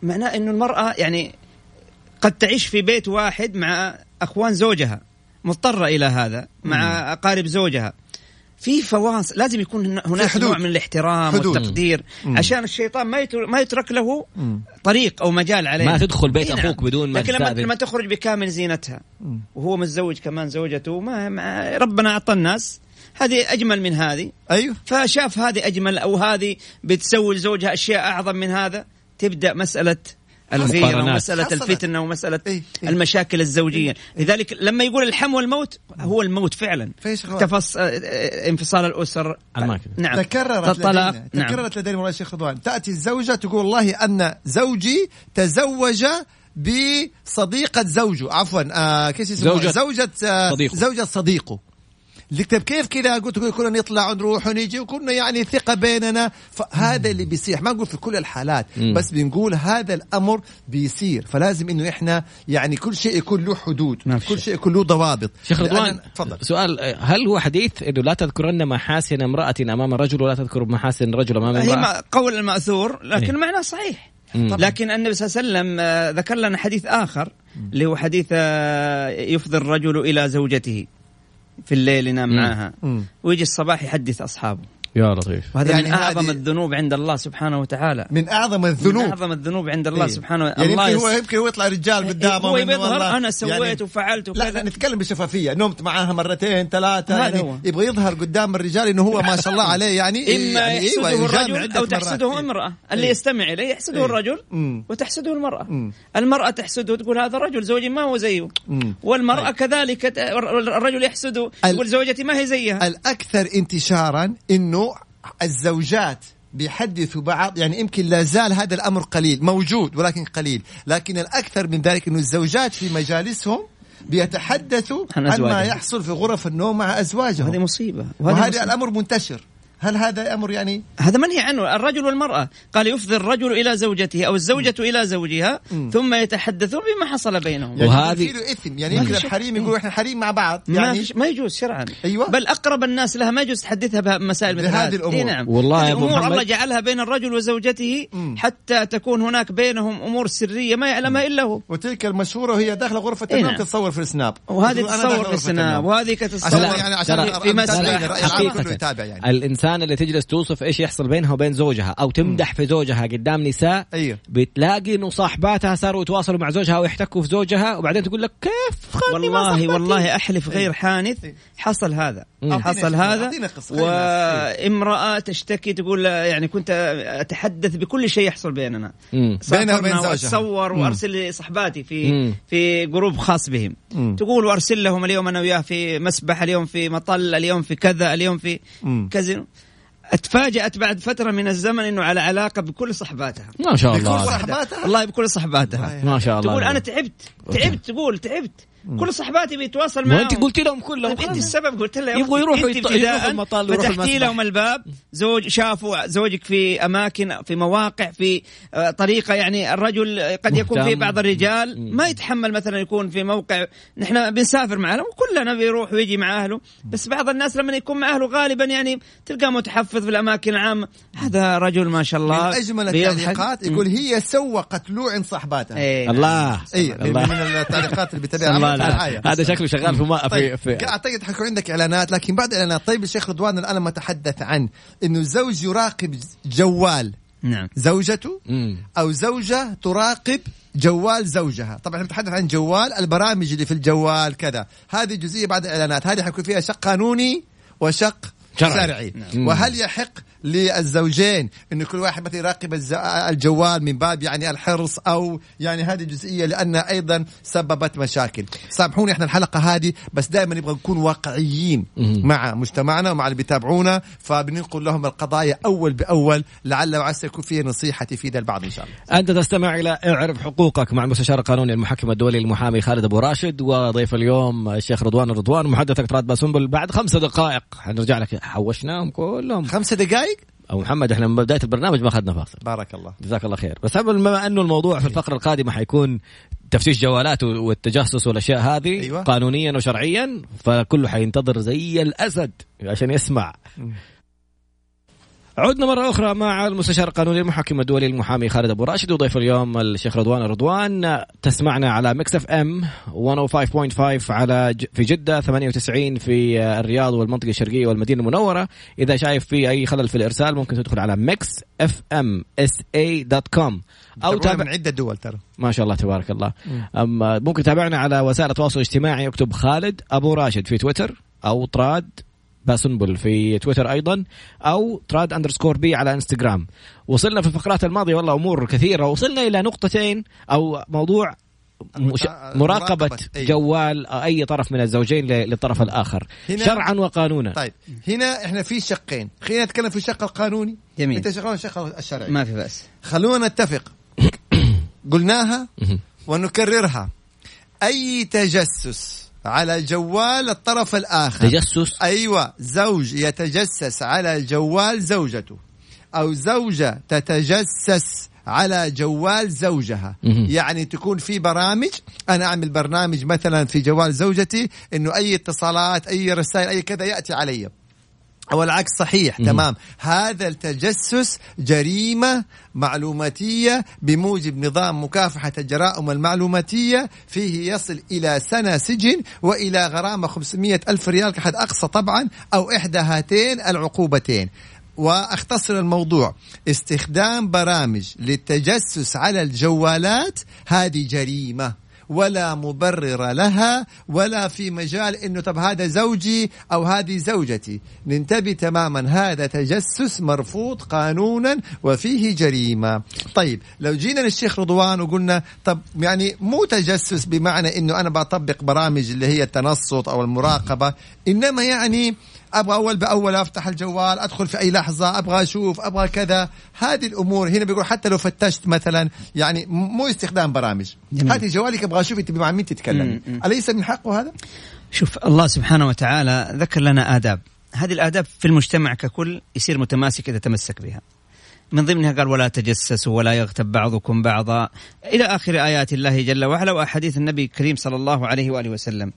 S3: معناه إنه المرأة يعني قد تعيش في بيت واحد مع أخوان زوجها، مضطرة إلى هذا، مع أقارب زوجها، في فواصل لازم يكون هناك نوع من الاحترام والتقدير، عشان الشيطان ما يترك له طريق أو مجال عليه.
S1: ما تدخل بيت أخوك بدون ما
S3: لكن لما تخرج بكامل زينتها وهو متزوج كمان زوجته، ما ربنا أعطى الناس هذه أجمل من هذه.
S2: أيوه.
S3: فشاف هذه أجمل أو هذه بتسوي لزوجها أشياء أعظم من هذا، تبدأ مسألة الغيرة ومسألة الفتنة ومسألة المشاكل الزوجية. لذلك لما يقول الحم والموت، هو الموت فعلا، انفصال الأسر.
S2: نعم. تكررت لدينا مولاي الشيخ رضوان، تأتي الزوجة تقول والله أن زوجي تزوج بصديقة زوجه، عفوا كيف اسمه، زوجة صديقه. كيف كذا قلت كلنا نطلع ونروح ونيجي وكلنا يعني ثقة بيننا. فهذا اللي بيصير، ما نقول في كل الحالات بس بنقول هذا الأمر بيصير. فلازم إنه إحنا يعني كل شيء يكون له حدود، كل شيء يكون له ضوابط.
S1: شيخ رضوان سؤال، هل هو حديث إنه لا تذكرن محاسن امرأة أمام رجل ولا تذكر محاسن رجل أمام امرأة؟
S3: هي قول المأثور لكن معناه صحيح. لكن النبي صلى الله عليه وسلم ذكر لنا حديث آخر اللي هو حديث يفضي الرجل إلى زوجته في الليل ينام معها ويجي الصباح يحدث أصحابه.
S1: يا لطيف.
S3: وهذا يعني من أعظم الذنوب عند الله سبحانه وتعالى.
S2: من أعظم الذنوب.
S3: من أعظم الذنوب عند الله سبحانه
S2: يعني
S3: الله
S2: يمكن هو يطلع رجال قدامه
S3: هو يظهر أنا سويت يعني وفعلت وكذا.
S2: لا نتكلم بشفافية، نمت معاها مرتين ثلاثة، يعني يبغى يظهر قدام الرجال إنه هو ما شاء الله عليه يعني.
S3: إما يعني يحسده الرجل أو تحسده امرأة. اللي يستمع إليه يحسده الرجل وتحسده المرأة. المرأة تحسده تقول هذا الرجل زوجي ما هو زيه، والمرأة كذلك الرجل يحسده يقول زوجتي ما هي زيها.
S2: الأكثر انتشارا إنه الزوجات بيحدثوا بعض، يعني يمكن لا زال هذا الأمر قليل موجود ولكن قليل، لكن الأكثر من ذلك إنه الزوجات في مجالسهم بيتحدثوا عن ما يحصل في غرف النوم مع أزواجهم.
S3: هذه مصيبة،
S2: وهذا الأمر منتشر. هل هذا أمر يعني
S3: هذا منهي عنه؟ الرجل والمرأة قال يفضي الرجل إلى زوجته أو الزوجة إلى زوجها ثم يتحدثون بما حصل بينهم.
S2: يعني وهذه إثم، يعني يمكن الحريم يقولوا إحنا حريم مع بعض، يعني
S3: ما يجوز شرعا.
S2: أيوة.
S3: بل أقرب الناس لها ما يجوز تحدثها بمسائل مثل هذه
S2: الأمور.
S3: نعم.
S1: والله يا
S3: أمور الله جعلها بين الرجل وزوجته حتى تكون هناك بينهم أمور سرية ما يعلمها إلا هو.
S2: وتلك المشهورة هي داخل غرفة النوم تتصور في السناب،
S3: وهذه تتصور في السناب، وهذه كتصور
S2: يعني عشان
S3: في مسألة
S1: حقيقة. الإنسان اللي تجلس توصف ايش يحصل بينها وبين زوجها او تمدح في زوجها قدام نساء، بتلاقي انه صاحباتها صاروا يتواصلوا مع زوجها ويحتكوا في زوجها، وبعدين تقول لك كيف
S3: والله احلف غير حانث حصل هذا وامرأة تشتكي تقول يعني كنت اتحدث بكل شيء يحصل بيننا
S2: بينها وبين زوجها،
S3: اصور وارسل لصحباتي في جروب خاص بهم، تقول وارسل لهم اليوم انا وياه في مسبح، اليوم في مطل، اليوم في كذا، اليوم في كازينو. اتفاجأت بعد فترة من الزمن انه على علاقة بكل صحباتها.
S1: ما شاء الله.
S2: بكل صحباتها؟
S3: والله بكل صحباتها.
S1: ما شاء الله.
S3: تقول انا تعبت تقول تعبت. كل صحباتي بيتواصل معهم.
S1: وانت قلت لهم كلهم.
S3: انت السبب قلت لها
S1: يبغوا يروحوا المطال،
S3: فتحتي لهم الباب، شافوا زوجك في اماكن، في مواقع، في طريقة، يعني الرجل قد يكون في بعض الرجال ما يتحمل مثلا يكون في موقع نحن بنسافر معهم وكلنا بيروح ويجي مع اهله، بس بعض الناس لما يكون مع اهله غالبا يعني تلقاه متحفظ في الاماكن العامة. هذا رجل ما شاء الله
S2: من اجمل التعليقات يقول هي سوقت له عند صحباتها.
S1: الله
S2: من التعليقات اللي بتابعها.
S1: هذا شكله شغال في
S2: أعتقد حيكون عندك إعلانات، لكن بعد إعلانات. طيب الشيخ رضوان الآن لما تحدث عن إنه الزوج يراقب جوال زوجته أو زوجة تراقب جوال زوجها، طبعا نتحدث عن جوال البرامج اللي في الجوال كذا، هذه جزئية بعد الإعلانات. هذه حيكون فيها شق قانوني وشق شرعي. وهل يحق للزوجين إنه كل واحد مثلا يراقب الجوال من باب يعني الحرص، أو يعني هذه جزئية لأنها أيضا سببت مشاكل. سامحوني إحنا الحلقة هذه بس دائما نبغى نكون واقعيين مع مجتمعنا ومع اللي بيتابعونا، فبننقل لهم القضايا أول بأول، لعل وعسى يكون فيه نصيحة تفيد البعض إن شاء الله.
S1: أنت تستمع إلى اعرف حقوقك مع المستشار القانوني المحكم الدولي المحامي خالد أبو راشد، وضيف اليوم الشيخ رضوان محدثك راد باسنبل. بعد 5 دقائق حنرجع لك، حوشناهم كلهم
S2: 5 دقائق
S1: أو محمد، إحنا من بداية البرنامج ما أخذنا فاصل.
S2: بارك الله،
S1: جزاك الله خير. بس بما أنه الموضوع في الفقرة القادمة حيكون تفتيش جوالات والتجسس والأشياء هذه قانونيا وشرعيا، فكله حينتظر زي الأسد عشان يسمع. عدنا مرة أخرى مع المستشار القانوني المحكم الدولي المحامي خالد أبو راشد، وضيف اليوم الشيخ رضوان. تسمعنا على ميكس اف ام 105.5 على في جدة، 98 في الرياض والمنطقة الشرقية والمدينة المنورة. إذا شايف في أي خلل في الإرسال ممكن تدخل على mixfmsa.com
S2: أو تابع من عدة دول ترى
S1: ما شاء الله تبارك الله. ممكن تابعنا على وسائل التواصل الاجتماعي، اكتب خالد أبو راشد في تويتر أو طراد باسنبل في تويتر أيضا أو تراد_بي على انستغرام. وصلنا في الفقرات الماضية والله أمور كثيرة، وصلنا إلى نقطتين أو موضوع مراقبة جوال أي طرف من الزوجين للطرف الآخر شرعا وقانونا.
S2: طيب هنا إحنا في شقين، خلينا نتكلم في الشق القانوني.
S3: جميل.
S2: أنت شغال الشق الشرعي
S3: ما في بأس.
S2: خلونا نتفق قلناها ونكررها. أي تجسس على جوال الطرف الآخر،
S1: تجسس،
S2: أيوة، زوج يتجسس على جوال زوجته أو زوجة تتجسس على جوال زوجها. يعني تكون في برامج، أنا أعمل برنامج مثلا في جوال زوجتي إنه أي اتصالات أي رسائل أي كذا يأتي علي، أو العكس صحيح. تمام. هذا التجسس جريمة معلوماتية بموجب نظام مكافحة الجرائم المعلوماتية، فيه يصل إلى سنة سجن وإلى غرامة 500,000 ريال كحد أقصى طبعا، أو إحدى هاتين العقوبتين. واختصر الموضوع، استخدام برامج للتجسس على الجوالات هذه جريمة ولا مبرر لها، ولا في مجال إنه طب هذا زوجي أو هذه زوجتي. ننتبه تماما، هذا تجسس مرفوض قانونا وفيه جريمة. طيب لو جينا للشيخ رضوان وقلنا طب يعني مو تجسس بمعنى إنه أنا بطبق برامج اللي هي التنصت أو المراقبة، إنما يعني أبغى أول بأول أفتح الجوال، أدخل في أي لحظة، أبغى أشوف، أبغى كذا. هذه الأمور هنا بيقول حتى لو فتشت مثلا، يعني مو استخدام برامج. هاتي جوالك أبغى أشوف أنت مع مين تتكلم، أليس من حقه هذا؟
S3: شوف، الله سبحانه وتعالى ذكر لنا آداب، هذه الآداب في المجتمع ككل يصير متماسك إذا تمسك بها. من ضمنها قال ولا تجسسوا ولا يغتب بعضكم بعضا إلى آخر آيات الله جل وعلا وأحاديث النبي الكريم صلى الله عليه وآله وسلم.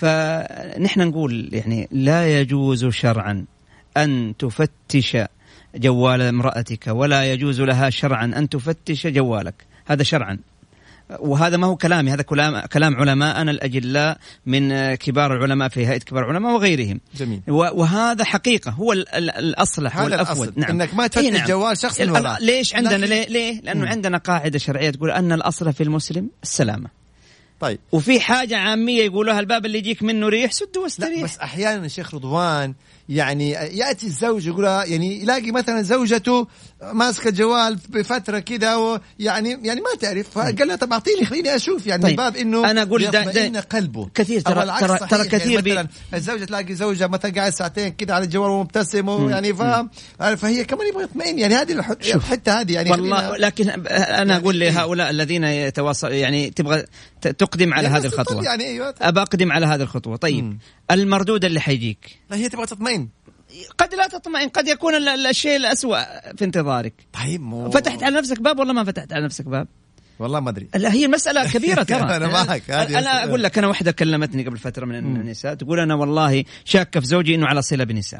S3: فنحن نقول يعني لا يجوز شرعا أن تفتش جوال امرأتك، ولا يجوز لها شرعا أن تفتش جوالك، هذا شرعا. وهذا ما هو كلامي، هذا كلام علماءنا الأجلاء من كبار العلماء في هيئة كبار العلماء وغيرهم.
S2: جميل.
S3: وهذا حقيقة هو الأصلح والأفضل.
S2: نعم. إنك ما تفتش
S3: نعم.
S2: جوال شخص من وراء.
S3: ليش عندنا ليه؟ لأنه عندنا قاعدة شرعية تقول أن الأصل في المسلم السلامة.
S2: طيب.
S3: وفي حاجة عامية يقولوها الباب اللي يجيك منه ريح سد واستريح.
S2: بس أحيانا الشيخ رضوان يعني يأتي الزوج يقولها، يعني يلاقي مثلا زوجته ماسكة الجوال بفترة كده يعني ما تعرف، فقال لها طب أعطيني خليني أشوف، يعني
S3: طيب.
S2: باب إنه
S3: أنا أقول
S2: يطمئن قلبه
S3: كثير ترى كثير
S2: يعني مثلا الزوجة تلاقي زوجة مثلا قاعد ساعتين كده على الجوال ومبتسم ويعني فاهم، فهي كمان يبغى يطمئن، يعني هذه الحتة هذه يعني
S3: والله. لكن أنا أقول لهؤلاء الذين يتواصل يعني تبغى تقدم على هذه الخطوة،
S2: يعني أيوة.
S3: أبى أقدم على هذه الخطوة. طيب المردود اللي حيجيك،
S2: لا هي تبغى تطمئن،
S3: قد لا تطمئن، قد يكون الشيء الأسوأ في انتظارك.
S2: طيب
S3: فتحت على نفسك باب ولا ما فتحت على نفسك باب؟
S2: والله ما أدري.
S3: لا هي المسألة كبيرة ترى.
S2: أنا معك.
S3: أنا أقول لك، أنا واحدة كلمتني قبل فترة من النساء تقول أنا والله شاكة في زوجي إنه على صلة بنساء،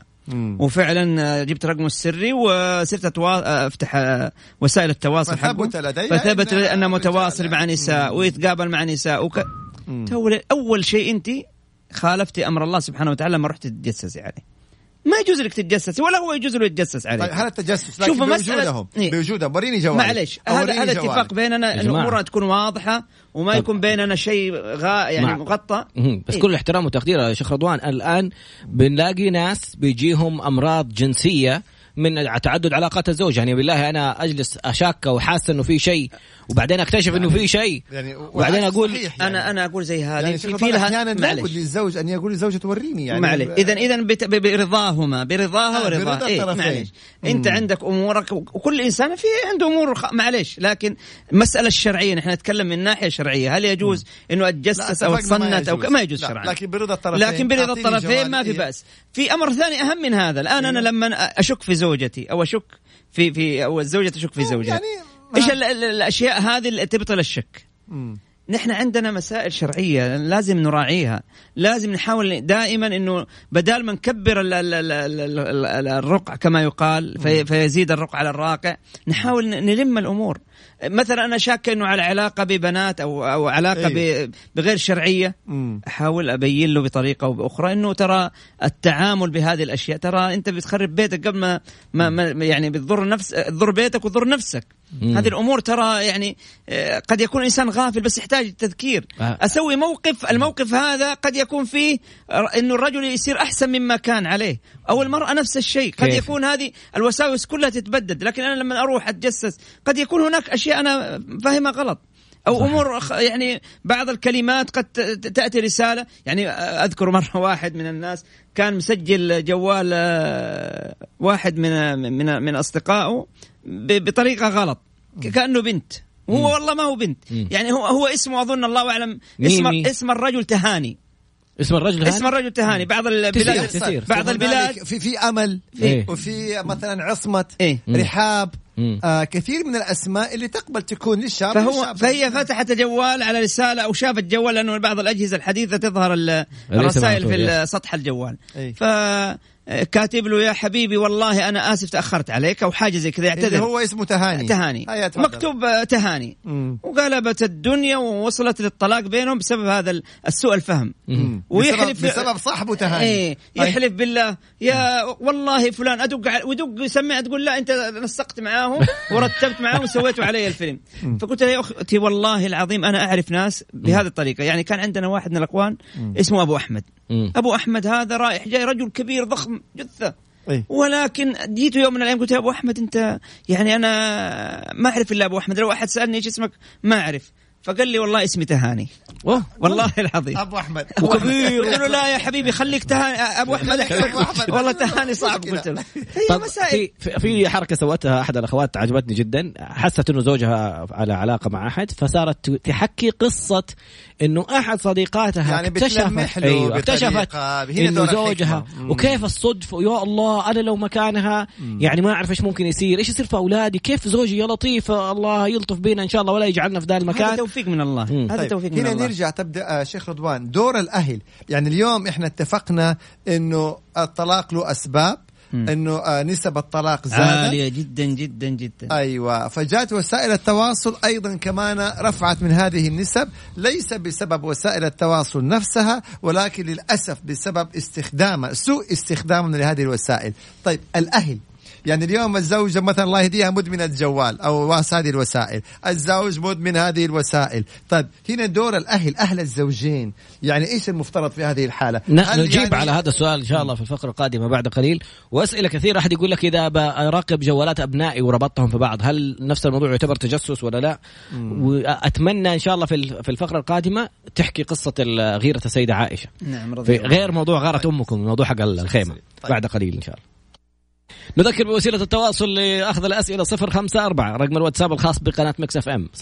S3: وفعلا جبت رقمه السري وصرت أفتح وسائل التواصل حقه، فثبت أنه متواصل مع نساء ويتقابل مع نساء أول شيء أنت خالفتي أمر الله سبحانه وتعالى لما رحت تتجسسي عليه. ما يجوز لك تتجسس ولا هو يجوز له يتجسس عليك.
S2: هذا التجسس لكن بوجودهم وريني جوالي.
S3: معلش هذا اتفاق بيننا، الأمور تكون واضحة وما يكون بيننا شيء يعني مغطى.
S1: بس كل احترام وتقدير يا شيخ رضوان، الآن بنلاقي ناس بيجيهم أمراض جنسية من تعدد علاقات الزوج. يعني بالله أنا أجلس أشاك وحاسس إنه في شيء وبعدين أكتشف إنه في شيء، يعني وبعدين أقول
S2: يعني
S3: أنا أقول زي هذه
S2: يعني
S3: في لها
S2: أحيانا نقول للزوج أن يقول للزوجة توريني، يعني
S3: معلش. إذا برضاهما برضاها ورضاه. معلش أنت عندك أمورك وكل إنسان في عنده أمور معلش، لكن مسألة الشرعية نحن نتكلم من ناحية شرعية، هل يجوز إنه أتجسس أو أتصنت أو ما يجوز شرعا،
S2: لكن برضا
S3: الطرفين ما في بأس. في أمر ثاني أهم من هذا، الآن أنا لما أشك في زوجتي أو أشك في أو الزوجة تشك في زوجها، يعني إيش الأشياء هذه اللي تبطل الشك؟ نحن عندنا مسائل شرعية لازم نراعيها، لازم نحاول دائما إنه بدال ما نكبر الرقع كما يقال فيزيد الرقع على الراقع، نحاول نلم الأمور. مثلا أنا شاك إنه على علاقة ببنات أو علاقة بغير شرعية، أحاول أبين له بطريقة أو بأخرى إنه ترى التعامل بهذه الأشياء ترى أنت بتخرب بيتك قبل ما يعني بتضر بيتك وتضر نفسك. هذه الأمور ترى يعني قد يكون إنسان غافل بس يحتاج التذكير. أسوي الموقف هذا قد يكون فيه إنه الرجل يصير أحسن مما كان عليه، أو المرأة نفس الشيء. قد يكون هذه الوساوس كلها تتبدد، لكن أنا لما أروح أتجسس قد يكون هناك أشياء أنا فاهمها غلط، أو أمور يعني بعض الكلمات قد تأتي رسالة. يعني أذكر مرة واحد من الناس كان مسجل جوال واحد من أصدقائه بطريقة غلط كأنه بنت، وهو والله ما هو بنت. يعني هو اسمه أظن الله أعلم اسم الرجل تهاني. اسم الرجل تهاني. بعض البلاد
S2: في أمل وفي مثلا عصمة رحاب، كثير من الأسماء اللي تقبل تكون للشاب.
S3: فهي فتحت جوال على رسالة أو شافت جوال، لأنه بعض الأجهزة الحديثة تظهر الرسائل في سطح الجوال. كاتب له يا حبيبي والله أنا آسف تأخرت عليك أو حاجة زي كذا، يعتذر.
S2: هو اسمه تهاني
S3: مكتوب تهاني. وقلبت الدنيا ووصلت للطلاق بينهم بسبب هذا السوء الفهم.
S2: ويحلف بسبب صاحبه تهاني.
S3: يحلف بالله يا والله فلان ودق يسمع، تقول لا أنت نسقت معاه ورتبت معاه وسويته علي الفيلم. فقلت يا أختي والله العظيم أنا أعرف ناس بهذه الطريقة. يعني كان عندنا واحد من الأخوان اسمه أبو أحمد. أبو أحمد هذا رايح جاي، رجل كبير ضخم جثة، ولكن جيته يوم من الأيام قلت يا أبو أحمد أنت يعني أنا ما أعرف إلا أبو أحمد، لو أحد سألني إيش اسمك ما أعرف. فقال لي والله اسمي تهاني. والله العظيم
S2: أبو أحمد
S3: وكبير. قلت له لا يا حبيبي خليك تهاني أبو أحمد أحسن. والله تهاني صعب. قلت له
S1: طب في حركة سوتها أحد الأخوات عجبتني جدا. حست إنه زوجها على علاقة مع أحد، فصارت تحكي قصة إنه أحد صديقاتها
S2: يعني
S1: اكتشفت إنه زوجها وكيف الصدف، ويا الله أنا لو مكانها يعني ما أعرف إيش ممكن يصير، إيش يصير في أولادي، كيف زوجي يا لطيف الله يلطف بينا إن شاء الله ولا يجعلنا في ذا المكان.
S3: هذا توفيق من الله. هذا توفيق من
S2: الله.
S3: هنا
S2: نرجع تبدأ شيخ رضوان دور الأهل. يعني اليوم إحنا اتفقنا إنه الطلاق له أسباب، إنه نسب الطلاق زادت
S3: عالية جدا جدا جدا.
S2: أيوة، فجاءت وسائل التواصل أيضا كمان رفعت من هذه النسب، ليس بسبب وسائل التواصل نفسها، ولكن للأسف بسبب سوء استخدام لهذه الوسائل. طيب الأهل، يعني اليوم الزوجة مثلا الله يهديها مدمنة جوال أو هذه الوسائل، الزوج مدمن هذه الوسائل. طيب هنا دور الأهل، أهل الزوجين، يعني إيش المفترض في هذه الحالة؟
S1: نجيب يعني على هذا السؤال إن شاء الله في الفقرة القادمة بعد قليل. وأسئلة كثيرة، أحد يقول لك إذا براقب جوالات أبنائي وربطتهم في بعض هل نفس الموضوع يعتبر تجسس ولا لا؟ وأتمنى إن شاء الله في الفقرة القادمة تحكي قصة غيرة السيدة عائشة.
S3: نعم،
S1: في غير موضوع غارت أمكم، الموضوع حق الخيمة. طيب. بعد قليل إن شاء الله. نذكر بوسيلة التواصل لأخذ الأسئلة 054 رقم الواتساب الخاص بقناة ميكس اف ام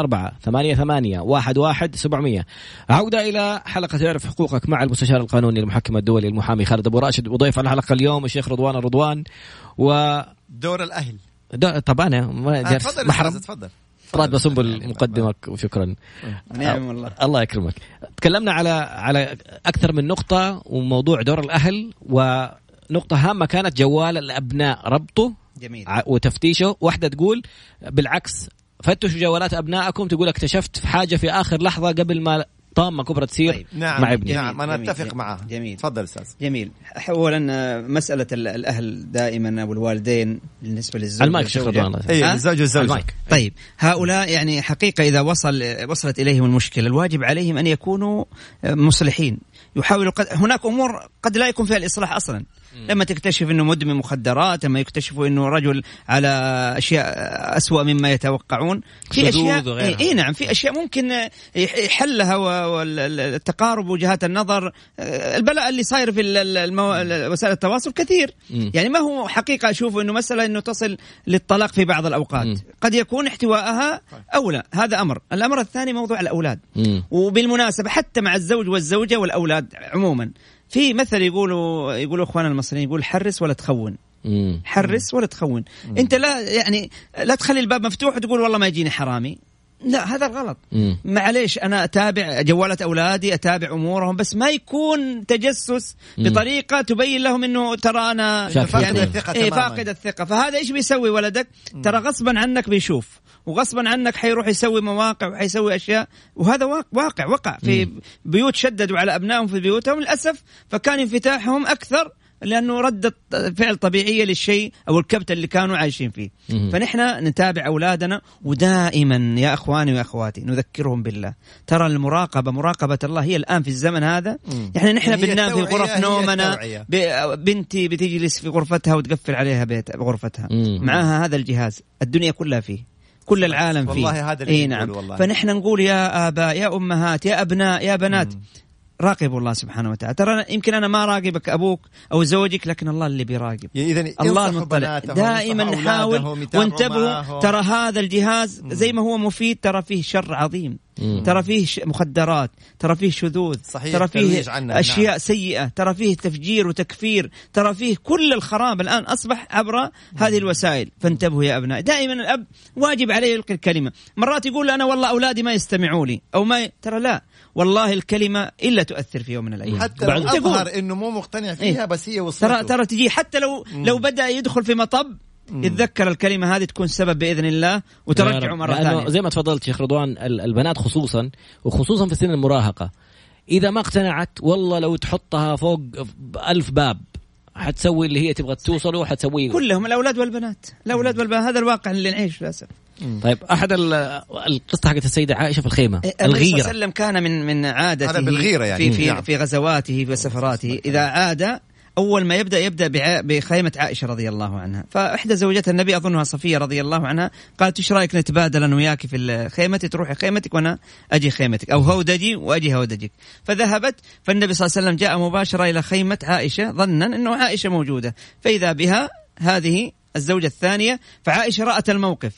S1: 054-88-11700. عودة إلى حلقة يعرف حقوقك مع المستشار القانوني المحكم الدولي المحامي خالد أبو راشد، وضيف الحلقة اليوم الشيخ رضوان الرضوان.
S2: ودور الأهل
S1: طبعا أنا محرم
S2: تفضل
S1: فراد بسنبل مقدمك وشكرا.
S3: نعم والله
S1: الله يكرمك. تكلمنا على أكثر من نقطة، وموضوع دور الأهل، ونقطة هامة كانت جوال الأبناء ربطه
S3: جميل
S1: وتفتيشه. واحدة تقول بالعكس فتشوا جوالات أبنائكم، تقول اكتشفت في حاجة في آخر لحظة قبل ما طامة كبرى تصير.
S3: طيب.
S1: مع ابني.
S2: نعم أنا أتفق معه.
S3: جميل.
S2: تفضل أستاذ.
S3: جميل. أولا مسألة الأهل دائما أو الوالدين بالنسبة للزوج
S2: والزوجة. الزوج والزوجة.
S3: طيب هؤلاء يعني حقيقة إذا وصلت إليهم المشكلة الواجب عليهم أن يكونوا مصلحين، يحاولوا هناك أمور قد لا يكون فيها الإصلاح أصلا. لما تكتشف أنه مدمن مخدرات، لما يكتشفوا أنه رجل على أشياء أسوأ مما يتوقعون، في أشياء نعم في أشياء ممكن يحلها، والتقارب وجهات النظر. البلاء اللي صاير في وسائل التواصل كثير، يعني ما هو حقيقة أشوف أنه مسألة أنه تصل للطلاق في بعض الأوقات، قد يكون احتوائها أولى. هذا أمر. الأمر الثاني موضوع الأولاد. وبالمناسبة حتى مع الزوج والزوجة والأولاد عموما، في مثل يقولوا اخواننا المصريين، يقول حرس ولا تخون. حرس ولا تخون. انت لا تخلي الباب مفتوح وتقول والله ما يجيني حرامي. لا هذا الغلط. معليش أنا أتابع جوالات أولادي، أتابع أمورهم، بس ما يكون تجسس بطريقة تبين لهم إنه ترى أنا يعني فاقد الثقة. فهذا إيش بيسوي ولدك؟ ترى غصبا عنك بيشوف، وغصبا عنك حيروح يسوي مواقع وحيسوي أشياء، وهذا وقع في بيوت شددوا على أبنائهم في بيوتهم للأسف، فكان انفتاحهم أكثر لأنه ردة فعل طبيعية للشيء أو الكبت اللي كانوا عايشين فيه. فنحن نتابع أولادنا، ودائما يا أخواني وأخواتي نذكرهم بالله. ترى المراقبة، مراقبة الله هي الآن في الزمن هذا. يعني نحن بننام في غرف نومنا، بنتي بتجلس في غرفتها وتقفل عليها غرفتها معها هذا الجهاز، الدنيا كلها فيه، كل العالم فيه.
S2: والله هذا اللي
S3: نعم. فنحن نقول يا آباء يا أمهات يا أبناء يا بنات، راقبوا الله سبحانه وتعالى. ترى يمكن أنا ما راقبك أبوك أو زوجك، لكن الله اللي بيراقب.
S2: يعني
S3: الله المطلع. دائما نحاول وانتبهوا. ترى هذا الجهاز زي ما هو مفيد، ترى فيه شر عظيم، ترى فيه مخدرات، ترى فيه شذوذ، ترى فيه أشياء سيئة، ترى فيه تفجير وتكفير، ترى فيه كل الخراب الآن أصبح عبر هذه الوسائل. فانتبهوا يا أبناء. دائما الأب واجب عليه يلقي الكلمة. مرات يقول أنا والله أولادي ما يستمعوا لي أو ما ترى لا، والله الكلمة إلا تؤثر في يوم من الأيام.
S2: حتى لو أظهر إنه مو مقتنع فيها بس هي وصلته.
S3: ترى تجي حتى لو بدأ يدخل في مطب، يتذكر الكلمة هذه تكون سبب بإذن الله وترجعه مرة ثانية.
S1: زي ما تفضلت شيخ رضوان، البنات خصوصا في سن المراهقة، إذا ما اقتنعت والله لو تحطها فوق 1000 باب حتسوي اللي هي تبغى توصله وحتسويه.
S3: كلهم الأولاد والبنات، هذا الواقع اللي نعيش للأسف.
S1: طيب أحد القصة حقت السيدة عائشة في الخيمة، الغيرة.
S3: النبي صلى الله عليه وسلم كان من عادته
S2: بالغيرة يعني
S3: في غزواته وسفراته، إذا عاد أول ما يبدأ بخيمة عائشة رضي الله عنها. فإحدى زوجات النبي أظنها صفية رضي الله عنها قالت إيش رأيك نتبادل أنا وياك في خيمتي، تروحي خيمتك وأنا أجي خيمتك، أو هودجي وأجي هودجك. فذهبت، فالنبي صلى الله عليه وسلم جاء مباشرة إلى خيمة عائشة ظنا أنه عائشة موجودة، فإذا بها هذه الزوجة الثانية. فعائشة رأت الموقف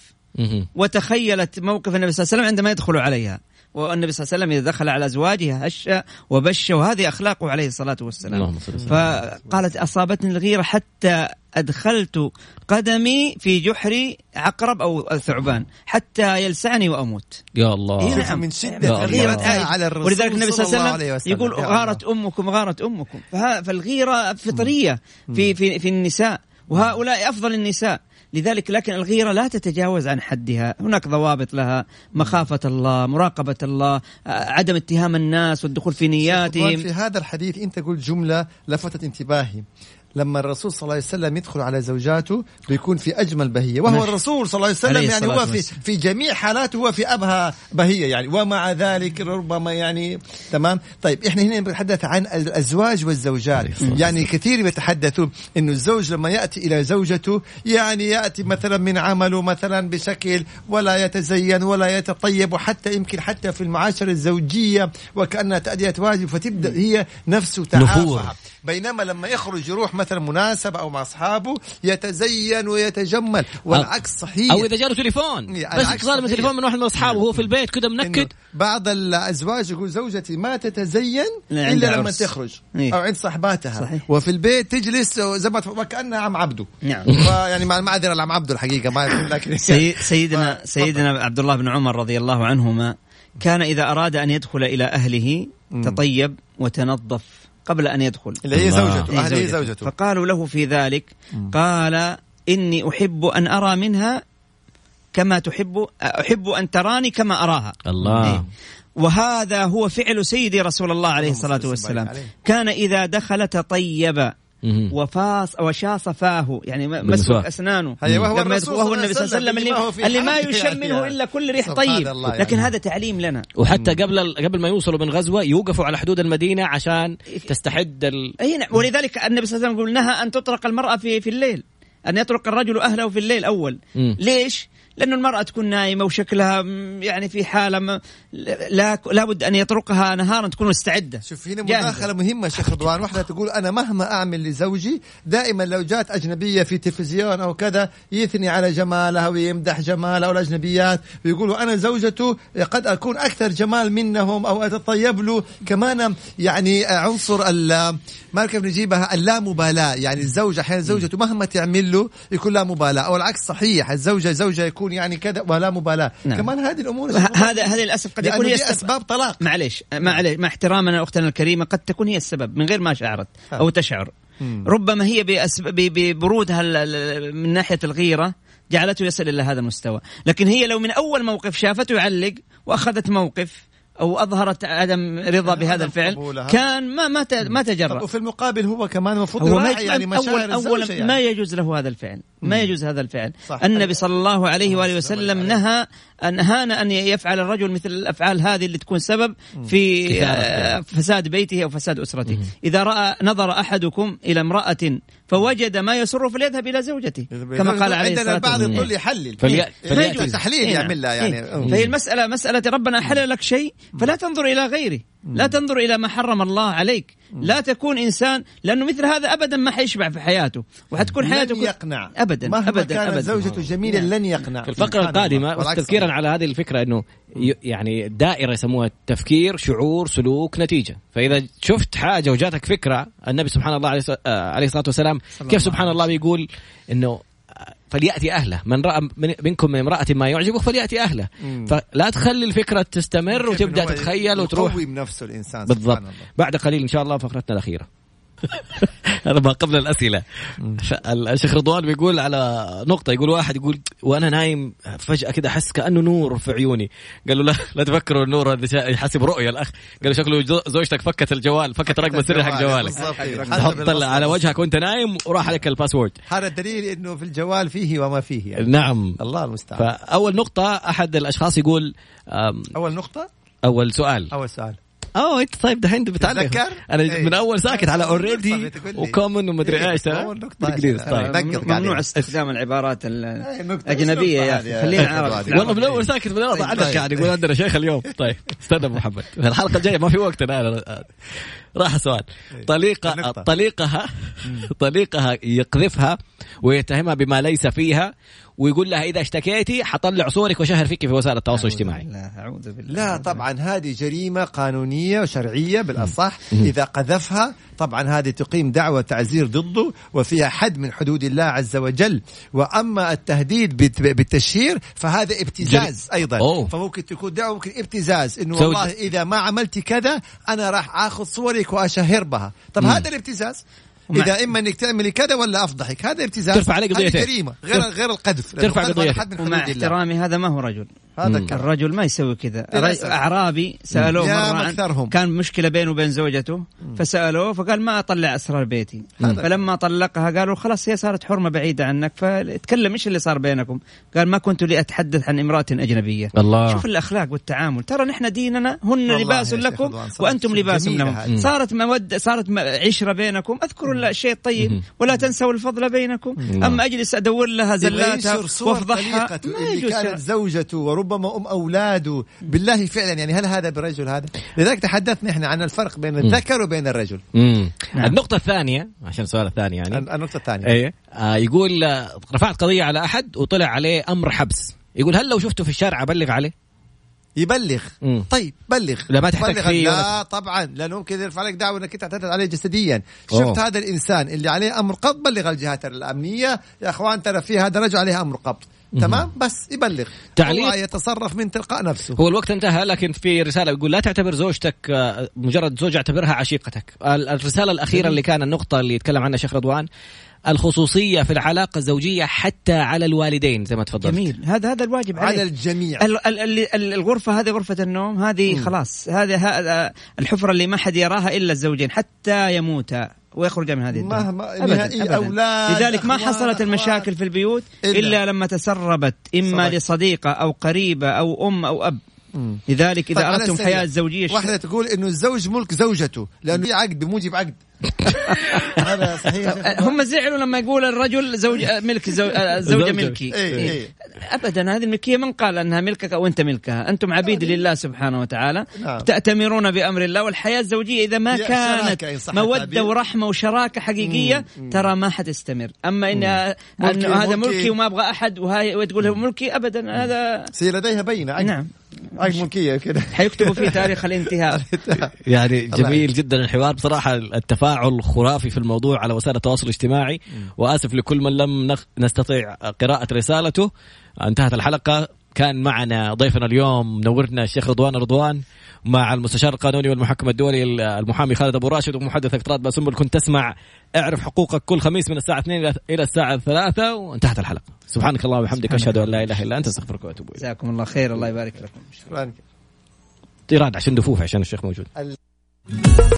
S3: وتخيلت موقف النبي صلى الله عليه وسلم عندما يدخل عليها، والنبي صلى الله عليه وسلم إذا دخل على أزواجه هش وبش، وهذه أخلاقه عليه الصلاة والسلام. فقالت أصابتني الغيرة حتى أدخلت قدمي في جحر عقرب أو ثعبان حتى يلسعني وأموت.
S1: يا الله.
S2: نعم. من شدة الغيرة على الرسول.
S3: ولذلك النبي صلى الله عليه وسلم يقول غارت أمكم. فالغيرة فطرية في النساء، وهؤلاء أفضل النساء. لذلك لكن الغيرة لا تتجاوز عن حدها، هناك ضوابط لها، مخافة الله، مراقبة الله، عدم اتهام الناس والدخول في نياتهم.
S2: في هذا الحديث أنت قلت جملة لفتت انتباهي، لما الرسول صلى الله عليه وسلم يدخل على زوجاته بيكون في أجمل بهية، وهو الرسول صلى الله عليه وسلم يعني هو في جميع حالاته هو في أبهى بهية يعني، ومع ذلك ربما يعني تمام. طيب إحنا هنا بنتحدث عن الأزواج والزوجات، يعني كثير بيتحدثوا إنه الزوج لما يأتي إلى زوجته يعني يأتي مثلا من عمله مثلا بشكل ولا يتزين ولا يتطيب، وحتى يمكن حتى في المعاشرة الزوجية وكأنها تأدية واجب، فتبدأ هي نفسه تعافى. بينما لما يخرج يروح مثلا مناسبة أو مع أصحابه يتزين ويتجمل، والعكس صحيح.
S1: أو إذا جاله تليفون بس اتصال من تليفون من واحد من أصحابه وهو في البيت كده منكد.
S2: بعض الأزواج يقول زوجتي ما تتزين إلا لما تخرج أو عند صحباتها، صحيح. وفي البيت تجلس زي ما كأنها عم عبده.
S3: نعم.
S2: يعني مع المعذرة العم عبده الحقيقة ما لكن
S3: سيدنا عبد الله بن عمر رضي الله عنهما كان إذا أراد أن يدخل إلى أهله تطيب وتنظف قبل أن يدخل،
S2: اللي هي زوجته.
S3: فقالوا له في ذلك قال إني أحب أن أرى منها كما أحب أن تراني كما أراها.
S1: الله.
S3: وهذا هو فعل سيدي رسول الله عليه الصلاة والسلام، كان إذا دخل تطيب وشاص فاه، يعني مسك أسنانه،
S2: وهو
S3: النبي صلى الله عليه وسلم اللي ما يشم منه إلا كل ريح طيب. لكن هذا تعليم لنا.
S1: وحتى قبل ما يوصلوا من غزوة يوقفوا على حدود المدينة عشان تستحد
S3: ولذلك النبي صلى الله عليه وسلم يقول نهى أن تطرق المرأة في الليل، أن يطرق الرجل أهله في الليل أول. ليش؟ لأنه المرأة تكون نايمة وشكلها يعني في حالة لا بد أن يطرقها نهارا تكون مستعدة.
S2: شوف هنا مداخلة مهمة شيخ رضوان. واحدة تقول أنا مهما أعمل لزوجي دائما لو جات أجنبية في تلفزيون أو كذا يثني على جمالها ويمدح جمالها والأجنبيات ويقولوا أنا زوجته قد أكون أكثر جمال منهم أو أتطيب له. كمان يعني عنصر ما كيف نجيبها اللامبالاة، يعني الزوجة أحيانا زوجته مهما تعمل له يكون لا مبالاة، أو العكس صحيح، الزوجة يكون يكون يعني كذا ولا مبالاة. كمان هذه الأمور
S3: هذه للأسف قد يكون هي
S2: أسباب طلاق.
S3: معليش مع احترامنا أختنا الكريمة، قد تكون هي السبب من غير ما شعرت أو تشعر. ربما هي ببرودها من ناحية الغيرة جعلته يصل إلى هذا المستوى، لكن هي لو من أول موقف شافته يعلق وأخذت موقف أو أظهرت عدم رضا بهذا الفعل كان ما تجرأ.
S2: وفي المقابل هو كمان المفروض يراعي يعني مشاعر الزوجة يعني.
S3: ما يجوز له هذا الفعل، ما يجوز هذا الفعل. النبي صلى الله عليه وآله وسلم نهانا أن يفعل الرجل مثل الأفعال هذه اللي تكون سبب في فساد بيته أو فساد أسرته. إذا نظر أحدكم إلى امرأة فوجد ما يسر فليذهب إلى زوجته كما قال عليه الصلاة والسلام.
S2: البعض يقول يحلل تحليل يعمل يعني.
S3: فهي مسألة ربنا أحل لك شيء فلا تنظر إلى غيره، لا تنظر إلى ما حرم الله عليك. لا تكون إنسان، لأنه مثل هذا أبدا ما حيشبع في حياته وحتكون حياته
S2: لن يقنع
S3: أبدا
S2: مهما كانت زوجته جميلة لن يقنع.
S1: في الفقرة القادمة تذكيرا على هذه الفكرة أنه يعني دائرة يسموها تفكير شعور سلوك نتيجة. فإذا شفت حاجة وجاتك فكرة، النبي سبحان الله عليه الصلاة والسلام كيف سبحان الله بيقول أنه فليأتي أهله، من رأى منكم من امرأة ما يعجبه فليأتي أهله. فلا تخلي الفكرة تستمر وتبدأ تتخيل وتروح.
S2: يقوي بنفسه الإنسان
S1: بالضبط. بعد قليل إن شاء الله فقرتنا الأخيرة. هذا ما قبل الأسئلة. الشيخ رضوان بيقول على نقطة، يقول واحد يقول وأنا نايم فجأة كده أحس كأنه نور في عيوني. قالوا لا تفكروا النور هذا يحسب رؤية. الأخ قالوا شكله زوجتك فكت الجوال، فكت رقم السري حق جوالك، حط على وجهك وأنت نايم وراح عليك الباسورد.
S2: هذا دليل إنه في الجوال فيه وما فيه يعني.
S1: نعم
S2: الله المستعان.
S1: فأول نقطة أحد الأشخاص يقول أول سؤال انت طيب دحين بتعلم انا من اول ساكت على اوريدي وكومن ومدري ايش
S3: ممنوع استخدام العبارات الاجنبيه يا اخي، خلينا نعرف.
S1: والله من اول ساكت من اول عنك قاعد يقول عندنا شيخ اليوم. طيب استنى محمد، الحلقه الجايه ما في وقت. انا راح سؤال. طليقها يقذفها ويتهمها بما ليس فيها ويقول لها إذا اشتكيتي حطلع صورك وشهر فيك في وسائل التواصل الاجتماعي.
S2: لا طبعا هذه جريمة قانونية وشرعية بالأصح. إذا قذفها طبعا هذه تقيم دعوة تعزير ضده وفيها حد من حدود الله عز وجل. وأما التهديد بالتشهير فهذا ابتزاز أيضا. فممكن تكون دعوة ممكن ابتزاز إنه والله إذا ما عملت كذا أنا راح أخذ صورك وأشهر بها. طب هذا الابتزاز إذا إما إنك تعملي كذا ولا أفضحك، هذا ابتزاز.
S1: ترفع عليه قضيتين.
S2: جريمة غير القذف.
S1: ترفع قضيتين.
S3: ومع احترامي هذا ما هو رجل. الرجل ما يسوي كذا. أعرابي سألوه مرة كان مشكلة بينه وبين زوجته فسألوه فقال ما أطلع أسرار بيتي. فلما طلقها قالوا خلاص هي صارت حرمة بعيدة عنك فتكلم إيش اللي صار بينكم. قال ما كنت لي أتحدث عن امرأة أجنبية. الله. شوف الأخلاق والتعامل. ترى نحن ديننا هن لباس لكم وأنتم لباس لهم. صارت مودة صارت عشرة بينكم. اذكروا الشيء الطيب ولا تنسوا الفضل بينكم. أما أجلس أدور لها زلاتها وافضحها
S2: اللي كانت زوجته وربما أولاده بالله فعلا يعني هل هذا برجل هذا؟ لذلك تحدثنا إحنا عن الفرق بين الذكر وبين الرجل.
S1: النقطة الثانية عشان السؤال الثاني يعني
S2: النقطة الثانية
S1: يقول رفعت قضية على أحد وطلع عليه أمر حبس. يقول هل لو شفته في الشارع أبلغ عليه؟
S2: يبلغ. طيب بلغ.
S1: لا ما تحتاج فيه.
S2: لا طبعا لأنه ممكن يرفع لك دعوة انك تعتدي عليه جسديا. شفت هذا الإنسان اللي عليه أمر قبض بلغ الجهات الأمنية يا أخوان ترى في هذا رجل عليه أمر قبض. تمام بس يبلغ. هو يتصرف من تلقاء نفسه.
S1: هو الوقت انتهى لكن في رسالة يقول لا تعتبر زوجتك مجرد زوجة اعتبرها عشيقتك. الرسالة الأخيرة اللي كان النقطة اللي يتكلم عنها شيخ رضوان الخصوصية في العلاقة الزوجية حتى على الوالدين زي ما تفضلت.
S3: جميل. هذا الواجب
S2: على الجميع.
S3: الغرفة هذه غرفة النوم هذه خلاص هذا الحفرة اللي ما حد يراها إلا الزوجين حتى يموتا ويخرج من هذه
S2: الدنيا. أولاد
S3: لذلك ما حصلت المشاكل في البيوت إلا لما تسربت إما لصديقة أو قريبة أو أم أو أب. لذلك إذا أردتم حياة زوجية
S2: واحدة تقول إنه الزوج ملك زوجته لأنه في عقد بموجب عقد. هذا صحيح.
S3: هم زعلوا لما يقول الرجل زوج ملك زوجة ملكي. أبدا هذه الملكية من قال أنها ملكك أو أنت ملكها. أنتم عبيد لله سبحانه وتعالى. تأتمرون بأمر الله. والحياة الزوجية إذا ما كانت مودة ورحمة وشراكة حقيقية ترى ما حتستمر. أما إن هذا ملكي وما أبغى أحد وتقول هو ملكي أبدا هذا
S2: سي لديها بينة.
S3: نعم
S2: ملكية كده
S3: حيكتبوا فيه تاريخ الانتهاء.
S1: يعني جميل جدا الحوار بصراحة، التفاعل خرافي في الموضوع على وسائل التواصل الاجتماعي. وآسف لكل من لم نستطيع قراءة رسالته. انتهت الحلقة. كان معنا ضيفنا اليوم منورنا الشيخ رضوان مع المستشار القانوني والمحكم الدولي المحامي خالد أبو راشد ومحدث اقتراض باسنبل. كنت تسمع اعرف حقوقك كل خميس من الساعة 2 إلى الساعة 3. وانتهت الحلقة. سبحانك اللهم وبحمدك أشهد أن لا إله إلا أنت أستغفرك وأتوب إليك.
S3: جزاكم الله خير. الله يبارك لكم.
S2: شكرا.
S1: طيران عشان دفوف عشان الشيخ موجود.